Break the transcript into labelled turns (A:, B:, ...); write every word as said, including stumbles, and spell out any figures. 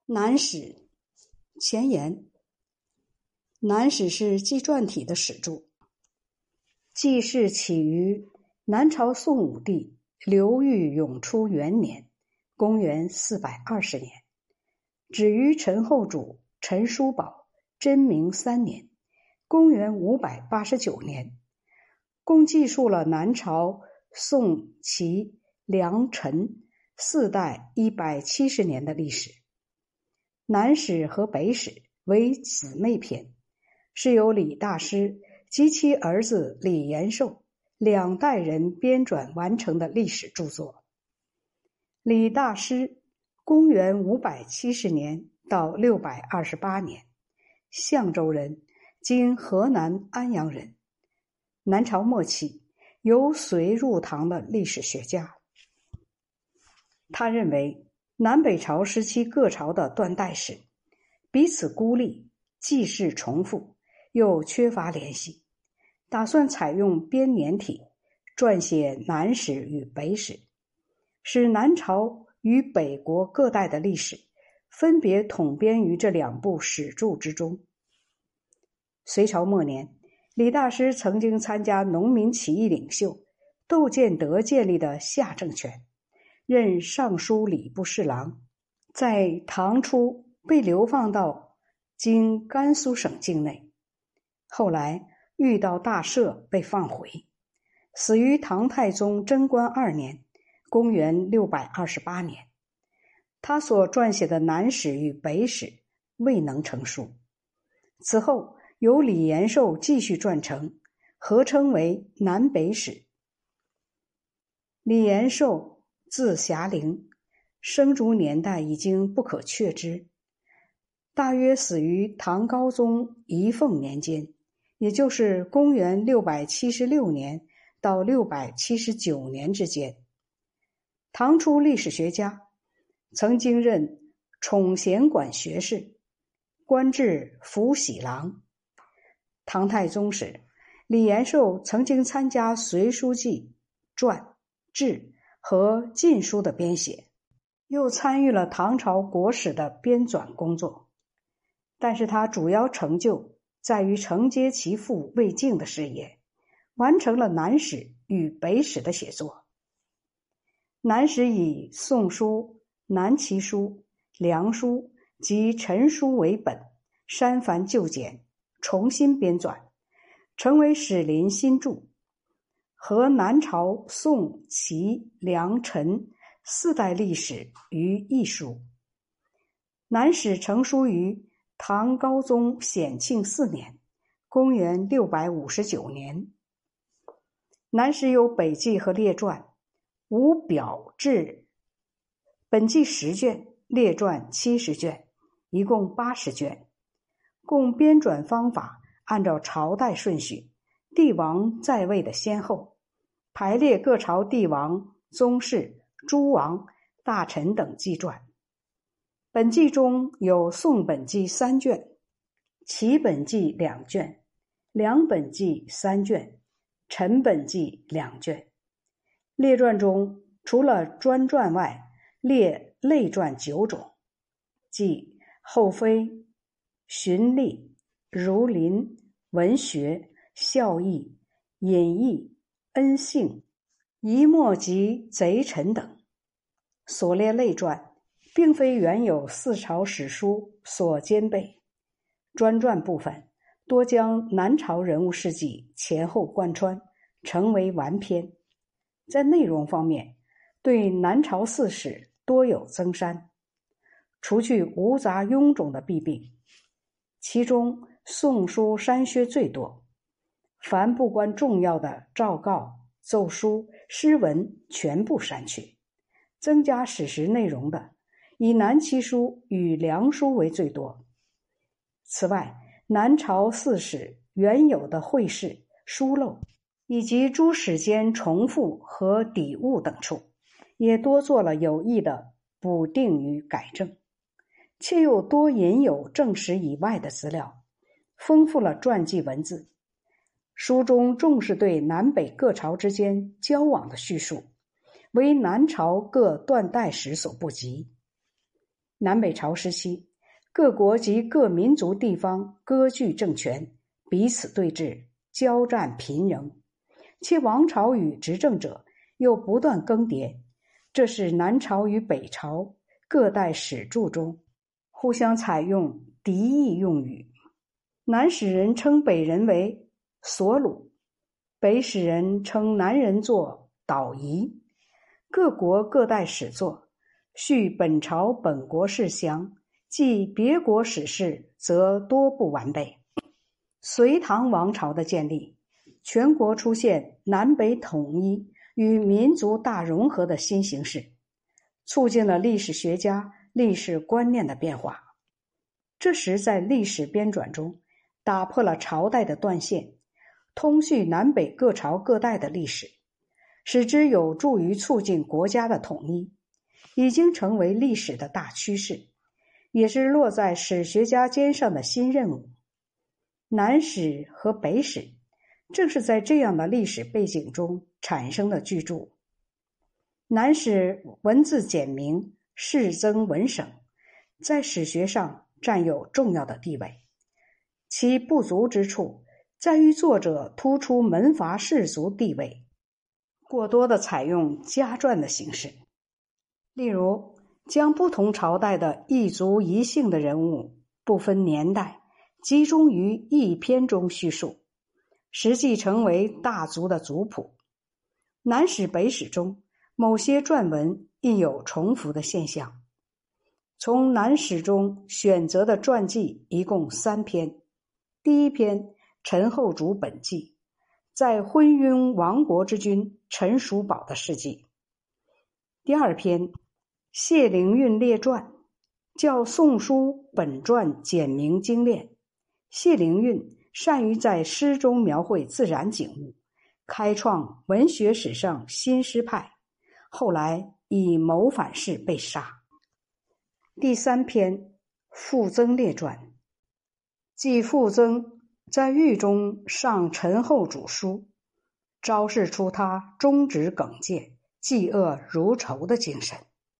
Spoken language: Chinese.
A: 南史前言。南史是纪传体的史著，纪事起于南朝宋武帝刘裕永初元年，公元四百二十年，止于陈后主陈叔宝真明三年，公元五百八十九年，共记述了南朝宋齐梁陈四代一百七十年的历史。南史和北史为姊妹篇，是由李大师及其儿子李延寿两代人编纂完成的历史著作。李大师公元五百七十年到六百二十八年，象州人，今河南安阳人，南朝末期由隋入唐的历史学家。他认为南北朝时期各朝的断代史彼此孤立，记事重复，又缺乏联系，打算采用编年体撰写南史与北史，使南朝与北国各代的历史分别统编于这两部史著之中。隋朝末年，李大师曾经参加农民起义领袖窦建德建立的夏政权，任尚书礼部侍郎，在唐初被流放到今甘肃省境内，后来遇到大赦被放回，死于唐太宗贞观二年，公元六百二十八年。他所撰写的南史与北史未能成书，此后由李延寿继续撰成，合称为南北史。李延寿字霞龄，生卒年代已经不可确知，大约死于唐高宗仪凤年间，也就是公元六百七十六年到六百七十九年之间。唐初历史学家，曾经任宠贤馆学士，官至辅喜郎。唐太宗时，李延寿曾经参加隋书记传、志和晋书的编写，又参与了唐朝国史的编纂工作，但是他主要成就在于承接其父魏晋的事业，完成了南史与北史的写作。南史以宋书、南齐书、梁书及陈书为本，删繁就简，重新编纂，成为史林新著，和南朝宋齐梁陈四代历史于一书。南史成书于唐高宗显庆四年，公元六百五十九年。南史有北纪和列传，无表志，本纪十卷，列传七十卷，一共八十卷。共编纂方法按照朝代顺序、帝王在位的先后，排列各朝帝王、宗室、诸王、大臣等纪传。本纪中有宋本纪三卷，齐本纪两卷，梁本纪三卷，陈本纪两卷。列传中除了专传外，列类传九种，即后妃、循吏、儒林、文学、孝义、隐逸、恩信、仪墨及贼臣等。所列类传并非原有四朝史书所兼备，专传部分多将南朝人物事迹前后贯穿，成为完篇。在内容方面，对南朝四史多有增删，除去无杂臃肿的弊病，其中宋书删削最多，凡不关重要的诏告、奏书、诗文全部删去，增加史实内容的，以南齐书与梁书为最多。此外，南朝四史原有的会试、疏漏，以及诸史间重复和抵误等处，也多做了有益的补订与改正，却又多引有正史以外的资料，丰富了传记文字。书中重视对南北各朝之间交往的叙述，为南朝各断代史所不及。 南北朝时期，各国及各民族地方割据政权，彼此对峙，交战频仍，其王朝与执政者又不断更迭，这是南朝与北朝各代史著中互相采用敌意用语。南史人称北人为索鲁，北史人称南人作岛夷。各国各代史作叙本朝本国事详，记别国史事，则多不完备。隋唐王朝的建立，全国出现南北统一与民族大融合的新形势，促进了历史学家历史观念的变化。这时在历史编纂中打破了朝代的断线，通叙南北各朝各代的历史，使之有助于促进国家的统一，已经成为历史的大趋势，也是落在史学家肩上的新任务。南史和北史正是在这样的历史背景中产生的巨著。南史文字简明，世增文省，在史学上占有重要的地位。其不足之处在于作者突出门阀士族地位，过多的采用家传的形式。例如，将不同朝代的一族一姓的人物不分年代集中于一篇中叙述，实际成为大族的族谱。南史北史中某些传文印有重复的现象。从南史中选择的传记一共三篇。第一篇陈后主本纪，在昏庸亡国之君陈叔宝的事迹。第二篇谢灵运列传，较宋书本传简明精炼。谢灵运善于在诗中描绘自然景物，开创文学史上新诗派，后来以谋反事被杀。第三篇傅增列传，即傅增在狱中上陈后主书，昭示出他忠直耿介、嫉恶如仇的精神。